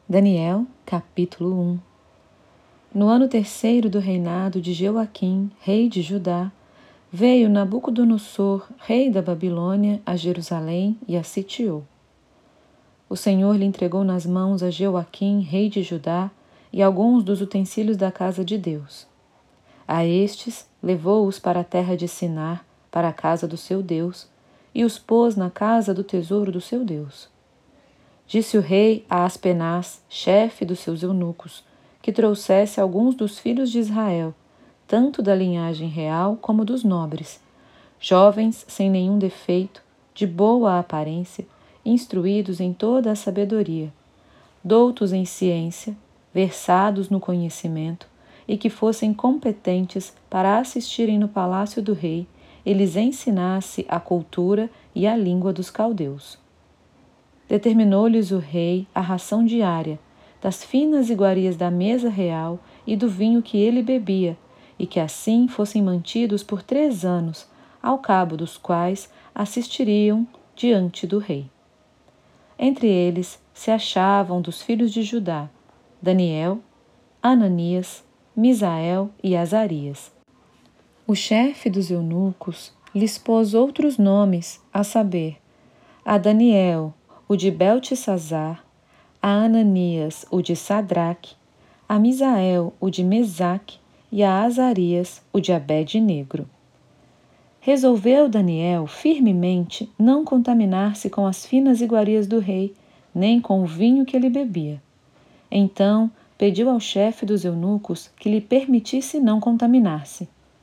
Daniel, capítulo 1. No ano terceiro do reinado de Jeoaquim, rei de Judá, veio Nabucodonosor, rei da Babilônia, a Jerusalém e a sitiou. O Senhor lhe entregou nas mãos a Jeoaquim, rei de Judá, e alguns dos utensílios da casa de Deus. A estes levou-os para a terra de Sinar, para a casa do seu Deus, e os pôs na casa do tesouro do seu Deus. Disse o rei a Aspenaz, chefe dos seus eunucos, que trouxesse alguns dos filhos de Israel, tanto da linhagem real como dos nobres, jovens sem nenhum defeito, de boa aparência, instruídos em toda a sabedoria, doutos em ciência, versados no conhecimento, e que fossem competentes para assistirem no palácio do rei e lhes ensinasse a cultura e a língua dos caldeus. Determinou-lhes o rei a ração diária, das finas iguarias da mesa real e do vinho que ele bebia, e que assim fossem mantidos por 3 anos, ao cabo dos quais assistiriam diante do rei. Entre eles se achavam dos filhos de Judá, Daniel, Ananias, Misael e Azarias. O chefe dos eunucos lhes pôs outros nomes, a saber, a Daniel, o de Beltesazar, a Ananias, o de Sadraque, a Misael, o de Mesaque, e a Azarias, o de Abed-negro. Resolveu Daniel firmemente não contaminar-se com as finas iguarias do rei, nem com o vinho que ele bebia. Então pediu ao chefe dos eunucos que lhe permitisse não contaminar-se.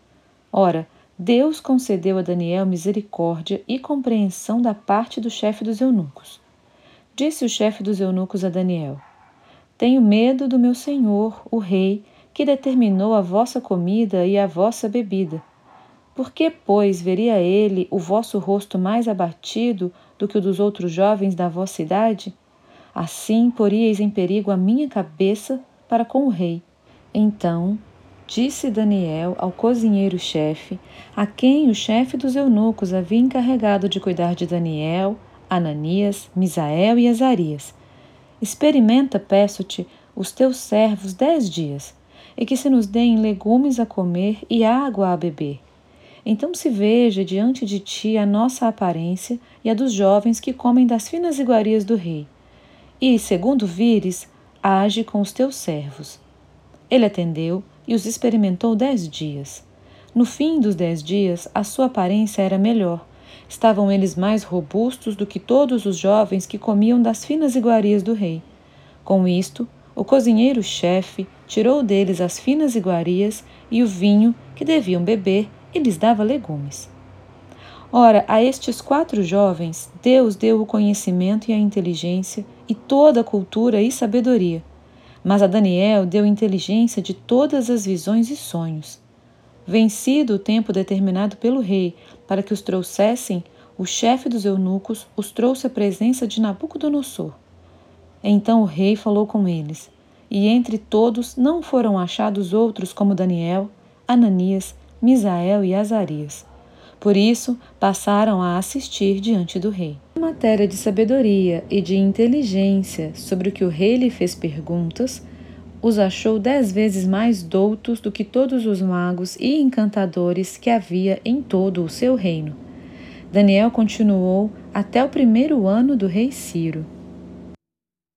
Ora, Deus concedeu a Daniel misericórdia e compreensão da parte do chefe dos eunucos. Disse o chefe dos eunucos a Daniel: Tenho medo do meu senhor, o rei, que determinou a vossa comida e a vossa bebida. Por que, pois, veria ele o vosso rosto mais abatido do que o dos outros jovens da vossa idade? Assim poríeis em perigo a minha cabeça para com o rei. Então disse Daniel ao cozinheiro-chefe, a quem o chefe dos eunucos havia encarregado de cuidar de Daniel, Ananias, Misael e Azarias: Experimenta, peço-te, os teus servos 10 dias, e que se nos deem legumes a comer e água a beber. Então se veja diante de ti a nossa aparência e a dos jovens que comem das finas iguarias do rei. E, segundo vires, age com os teus servos. Ele atendeu e os experimentou 10 dias. No fim dos 10 dias, a sua aparência era melhor. Estavam eles mais robustos do que todos os jovens que comiam das finas iguarias do rei. Com isto, o cozinheiro-chefe tirou deles as finas iguarias e o vinho que deviam beber e lhes dava legumes. Ora, a estes 4 jovens, Deus deu o conhecimento e a inteligência e toda a cultura e sabedoria. Mas a Daniel deu inteligência de todas as visões e sonhos. Vencido o tempo determinado pelo rei para que os trouxessem, o chefe dos eunucos os trouxe à presença de Nabucodonosor. Então o rei falou com eles, e entre todos não foram achados outros como Daniel, Ananias, Misael e Azarias. Por isso passaram a assistir diante do rei. Em matéria de sabedoria e de inteligência sobre o que o rei lhe fez perguntas, os achou 10 vezes mais doutos do que todos os magos e encantadores que havia em todo o seu reino. Daniel continuou até o 1º ano do rei Ciro.